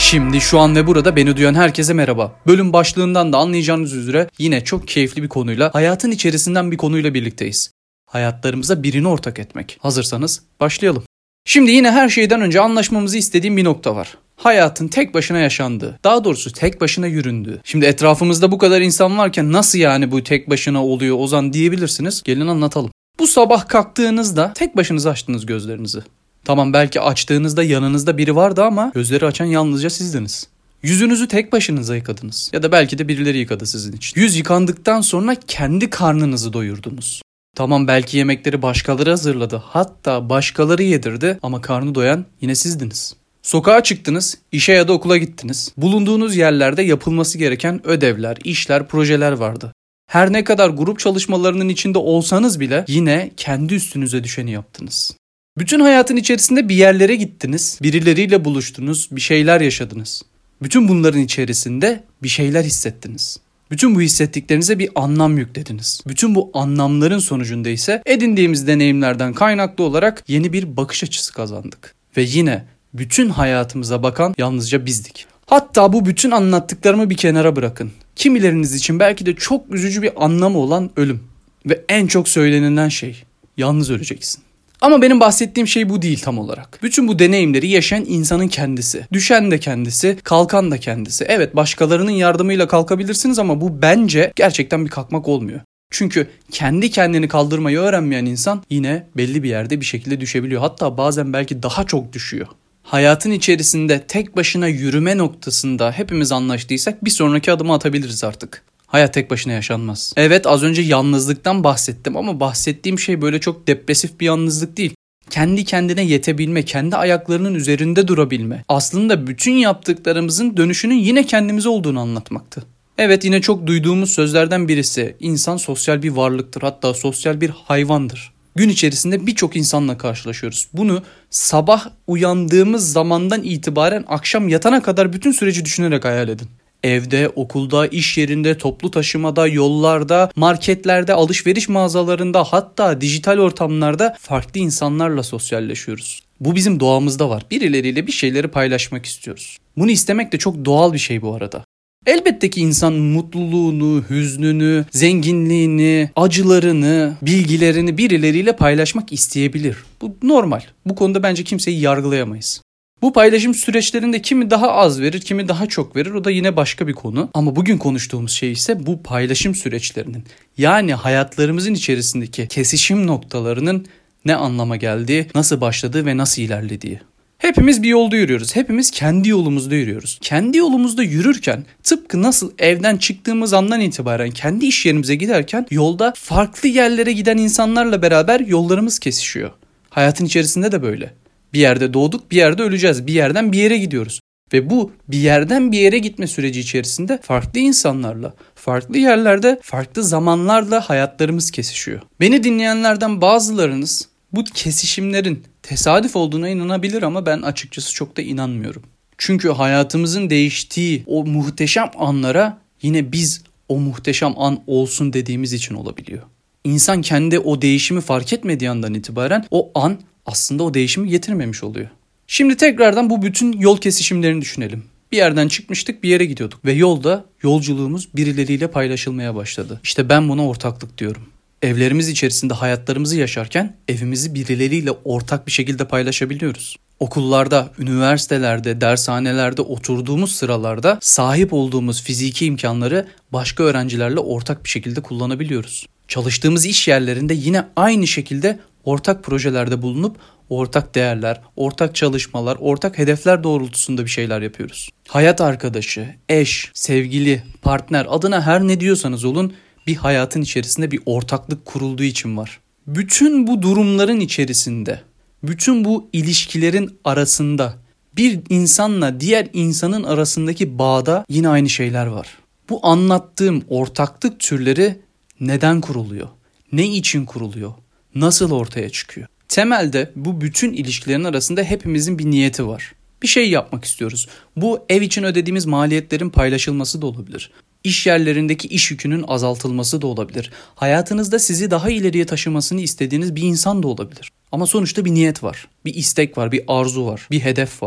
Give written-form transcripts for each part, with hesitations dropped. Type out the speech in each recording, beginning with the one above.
Şimdi şu an ve burada beni duyan herkese merhaba. Bölüm başlığından da anlayacağınız üzere yine çok keyifli bir konuyla, hayatın içerisinden bir konuyla birlikteyiz. Hayatlarımıza birini ortak etmek. Hazırsanız başlayalım. Şimdi yine her şeyden önce anlaşmamızı istediğim bir nokta var. Hayatın tek başına yaşandığı, daha doğrusu tek başına yüründüğü. Şimdi etrafımızda bu kadar insan varken nasıl yani bu tek başına oluyor Ozan diyebilirsiniz. Gelin anlatalım. Bu sabah kalktığınızda tek başınıza açtınız gözlerinizi. Tamam, belki açtığınızda yanınızda biri vardı ama gözleri açan yalnızca sizdiniz. Yüzünüzü tek başınıza yıkadınız. Ya da belki de birileri yıkadı sizin için. Yüz yıkandıktan sonra kendi karnınızı doyurdunuz. Tamam, belki yemekleri başkaları hazırladı. Hatta başkaları yedirdi ama karnı doyan yine sizdiniz. Sokağa çıktınız, işe ya da okula gittiniz. Bulunduğunuz yerlerde yapılması gereken ödevler, işler, projeler vardı. Her ne kadar grup çalışmalarının içinde olsanız bile yine kendi üstünüze düşeni yaptınız. Bütün hayatın içerisinde bir yerlere gittiniz, birileriyle buluştunuz, bir şeyler yaşadınız. Bütün bunların içerisinde bir şeyler hissettiniz. Bütün bu hissettiklerinize bir anlam yüklediniz. Bütün bu anlamların sonucunda ise edindiğimiz deneyimlerden kaynaklı olarak yeni bir bakış açısı kazandık. Ve yine bütün hayatımıza bakan yalnızca bizdik. Hatta bu bütün anlattıklarımı bir kenara bırakın. Kimileriniz için belki de çok üzücü bir anlamı olan ölüm. Ve en çok söylenilen şey, yalnız öleceksin. Ama benim bahsettiğim şey bu değil tam olarak. Bütün bu deneyimleri yaşayan insanın kendisi. Düşen de kendisi, kalkan da kendisi. Evet, başkalarının yardımıyla kalkabilirsiniz ama bu bence gerçekten bir kalkmak olmuyor. Çünkü kendi kendini kaldırmayı öğrenmeyen insan yine belli bir yerde bir şekilde düşebiliyor. Hatta bazen belki daha çok düşüyor. Hayatın içerisinde tek başına yürüme noktasında hepimiz anlaştıysak bir sonraki adımı atabiliriz artık. Hayat tek başına yaşanmaz. Evet, az önce yalnızlıktan bahsettim ama bahsettiğim şey böyle çok depresif bir yalnızlık değil. Kendi kendine yetebilme, kendi ayaklarının üzerinde durabilme. Aslında bütün yaptıklarımızın dönüşünün yine kendimize olduğunu anlatmaktı. Evet, yine çok duyduğumuz sözlerden birisi. İnsan sosyal bir varlıktır, hatta sosyal bir hayvandır. Gün içerisinde birçok insanla karşılaşıyoruz. Bunu sabah uyandığımız zamandan itibaren akşam yatana kadar bütün süreci düşünerek hayal edin. Evde, okulda, iş yerinde, toplu taşımada, yollarda, marketlerde, alışveriş mağazalarında, hatta dijital ortamlarda farklı insanlarla sosyalleşiyoruz. Bu bizim doğamızda var. Birileriyle bir şeyleri paylaşmak istiyoruz. Bunu istemek de çok doğal bir şey bu arada. Elbette ki insan mutluluğunu, hüznünü, zenginliğini, acılarını, bilgilerini birileriyle paylaşmak isteyebilir. Bu normal. Bu konuda bence kimseyi yargılayamayız. Bu paylaşım süreçlerinde kimi daha az verir, kimi daha çok verir. O da yine başka bir konu. Ama bugün konuştuğumuz şey ise bu paylaşım süreçlerinin, yani hayatlarımızın içerisindeki kesişim noktalarının ne anlama geldiği, nasıl başladığı ve nasıl ilerlediği. Hepimiz bir yolda yürüyoruz. Hepimiz kendi yolumuzda yürüyoruz. Kendi yolumuzda yürürken tıpkı nasıl evden çıktığımız andan itibaren kendi iş yerimize giderken yolda farklı yerlere giden insanlarla beraber yollarımız kesişiyor. Hayatın içerisinde de böyle. Bir yerde doğduk, bir yerde öleceğiz. Bir yerden bir yere gidiyoruz. Ve bu bir yerden bir yere gitme süreci içerisinde farklı insanlarla, farklı yerlerde, farklı zamanlarla hayatlarımız kesişiyor. Beni dinleyenlerden bazılarınız bu kesişimlerin tesadüf olduğuna inanabilir ama ben açıkçası çok da inanmıyorum. Çünkü hayatımızın değiştiği o muhteşem anlara yine biz o muhteşem an olsun dediğimiz için olabiliyor. İnsan kendi o değişimi fark etmediği andan itibaren o an aslında o değişimi getirmemiş oluyor. Şimdi tekrardan bu bütün yol kesişimlerini düşünelim. Bir yerden çıkmıştık, bir yere gidiyorduk ve yolda yolculuğumuz birileriyle paylaşılmaya başladı. İşte ben buna ortaklık diyorum. Evlerimiz içerisinde hayatlarımızı yaşarken evimizi birileriyle ortak bir şekilde paylaşabiliyoruz. Okullarda, üniversitelerde, dershanelerde oturduğumuz sıralarda sahip olduğumuz fiziki imkanları başka öğrencilerle ortak bir şekilde kullanabiliyoruz. Çalıştığımız iş yerlerinde yine aynı şekilde ortak projelerde bulunup ortak değerler, ortak çalışmalar, ortak hedefler doğrultusunda bir şeyler yapıyoruz. Hayat arkadaşı, eş, sevgili, partner, adına her ne diyorsanız olun, bir hayatın içerisinde bir ortaklık kurulduğu için var. Bütün bu durumların içerisinde, bütün bu ilişkilerin arasında bir insanla diğer insanın arasındaki bağda yine aynı şeyler var. Bu anlattığım ortaklık türleri neden kuruluyor? Ne için kuruluyor? Nasıl ortaya çıkıyor? Temelde bu bütün ilişkilerin arasında hepimizin bir niyeti var. Bir şey yapmak istiyoruz. Bu ev için ödediğimiz maliyetlerin paylaşılması da olabilir. İş yerlerindeki iş yükünün azaltılması da olabilir. Hayatınızda sizi daha ileriye taşımasını istediğiniz bir insan da olabilir. Ama sonuçta bir niyet var, bir istek var, bir arzu var, bir hedef var.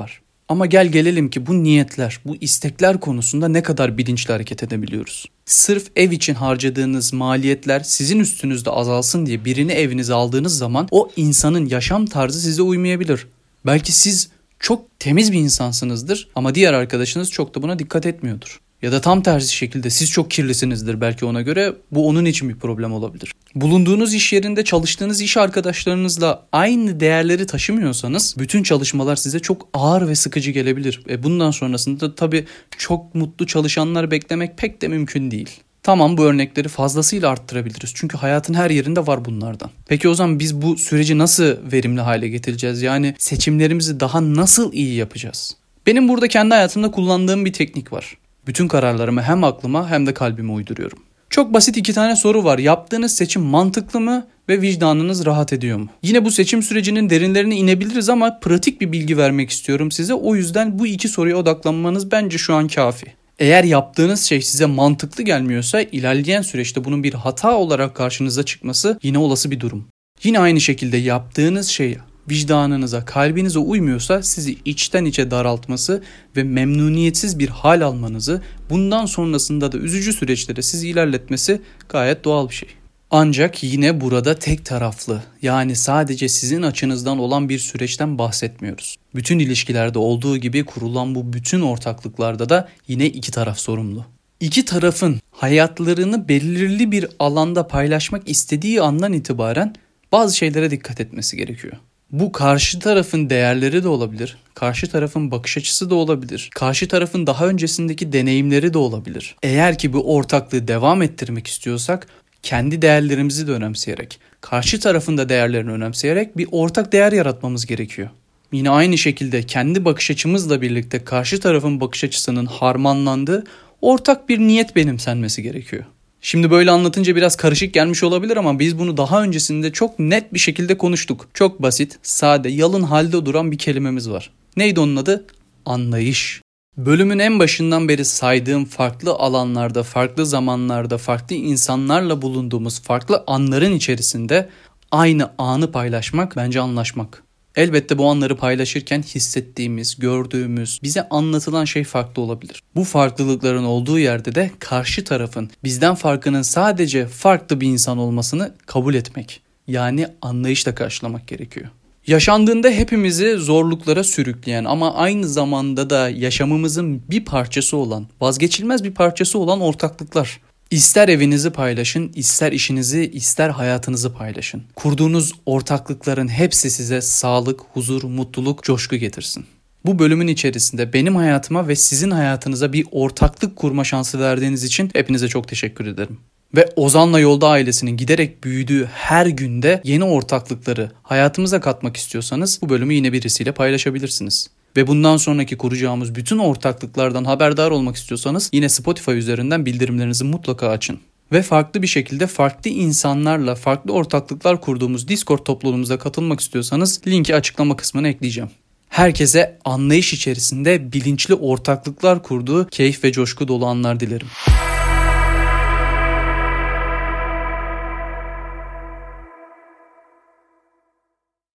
Ama gelelim ki bu niyetler, bu istekler konusunda ne kadar bilinçli hareket edebiliyoruz? Sırf ev için harcadığınız maliyetler sizin üstünüzde azalsın diye birini evinize aldığınız zaman o insanın yaşam tarzı size uymayabilir. Belki siz çok temiz bir insansınızdır ama diğer arkadaşınız çok da buna dikkat etmiyordur. Ya da tam tersi şekilde siz çok kirlisinizdir belki ona göre, bu onun için bir problem olabilir. Bulunduğunuz iş yerinde çalıştığınız iş arkadaşlarınızla aynı değerleri taşımıyorsanız bütün çalışmalar size çok ağır ve sıkıcı gelebilir. Bundan sonrasında tabii çok mutlu çalışanlar beklemek pek de mümkün değil. Tamam, bu örnekleri fazlasıyla arttırabiliriz. Çünkü hayatın her yerinde var bunlardan. Peki o zaman biz bu süreci nasıl verimli hale getireceğiz? Yani seçimlerimizi daha nasıl iyi yapacağız? Benim burada kendi hayatımda kullandığım bir teknik var. Bütün kararlarımı hem aklıma hem de kalbime uyduruyorum. Çok basit 2 tane soru var. Yaptığınız seçim mantıklı mı ve vicdanınız rahat ediyor mu? Yine bu seçim sürecinin derinlerine inebiliriz ama pratik bir bilgi vermek istiyorum size. O yüzden bu 2 soruya odaklanmanız bence şu an kafi. Eğer yaptığınız şey size mantıklı gelmiyorsa ilerleyen süreçte bunun bir hata olarak karşınıza çıkması yine olası bir durum. Yine aynı şekilde yaptığınız şey vicdanınıza, kalbinize uymuyorsa sizi içten içe daraltması ve memnuniyetsiz bir hal almanızı, bundan sonrasında da üzücü süreçlere sizi ilerletmesi gayet doğal bir şey. Ancak yine burada tek taraflı, yani sadece sizin açınızdan olan bir süreçten bahsetmiyoruz. Bütün ilişkilerde olduğu gibi kurulan bu bütün ortaklıklarda da yine 2 taraf sorumlu. 2 tarafın hayatlarını belirli bir alanda paylaşmak istediği andan itibaren bazı şeylere dikkat etmesi gerekiyor. Bu karşı tarafın değerleri de olabilir, karşı tarafın bakış açısı da olabilir, karşı tarafın daha öncesindeki deneyimleri de olabilir. Eğer ki bu ortaklığı devam ettirmek istiyorsak kendi değerlerimizi de önemseyerek, karşı tarafın da değerlerini önemseyerek bir ortak değer yaratmamız gerekiyor. Yine aynı şekilde kendi bakış açımızla birlikte karşı tarafın bakış açısının harmanlandığı ortak bir niyet benimsenmesi gerekiyor. Şimdi böyle anlatınca biraz karışık gelmiş olabilir ama biz bunu daha öncesinde çok net bir şekilde konuştuk. Çok basit, sade, yalın halde duran bir kelimemiz var. Neydi onun adı? Anlayış. Bölümün en başından beri saydığım farklı alanlarda, farklı zamanlarda, farklı insanlarla bulunduğumuz farklı anların içerisinde aynı anı paylaşmak bence anlaşmak. Elbette bu anları paylaşırken hissettiğimiz, gördüğümüz, bize anlatılan şey farklı olabilir. Bu farklılıkların olduğu yerde de karşı tarafın bizden farkının sadece farklı bir insan olmasını kabul etmek. Yani anlayışla karşılamak gerekiyor. Yaşandığında hepimizi zorluklara sürükleyen ama aynı zamanda da yaşamımızın bir parçası olan, vazgeçilmez bir parçası olan ortaklıklar. İster evinizi paylaşın, ister işinizi, ister hayatınızı paylaşın. Kurduğunuz ortaklıkların hepsi size sağlık, huzur, mutluluk, coşku getirsin. Bu bölümün içerisinde benim hayatıma ve sizin hayatınıza bir ortaklık kurma şansı verdiğiniz için hepinize çok teşekkür ederim. Ve Ozan'la Yolda ailesinin giderek büyüdüğü her günde yeni ortaklıkları hayatımıza katmak istiyorsanız bu bölümü yine birisiyle paylaşabilirsiniz. Ve bundan sonraki kuracağımız bütün ortaklıklardan haberdar olmak istiyorsanız yine Spotify üzerinden bildirimlerinizi mutlaka açın. Ve farklı bir şekilde farklı insanlarla farklı ortaklıklar kurduğumuz Discord topluluğumuza katılmak istiyorsanız linki açıklama kısmına ekleyeceğim. Herkese anlayış içerisinde bilinçli ortaklıklar kurduğu keyif ve coşku dolu anlar dilerim.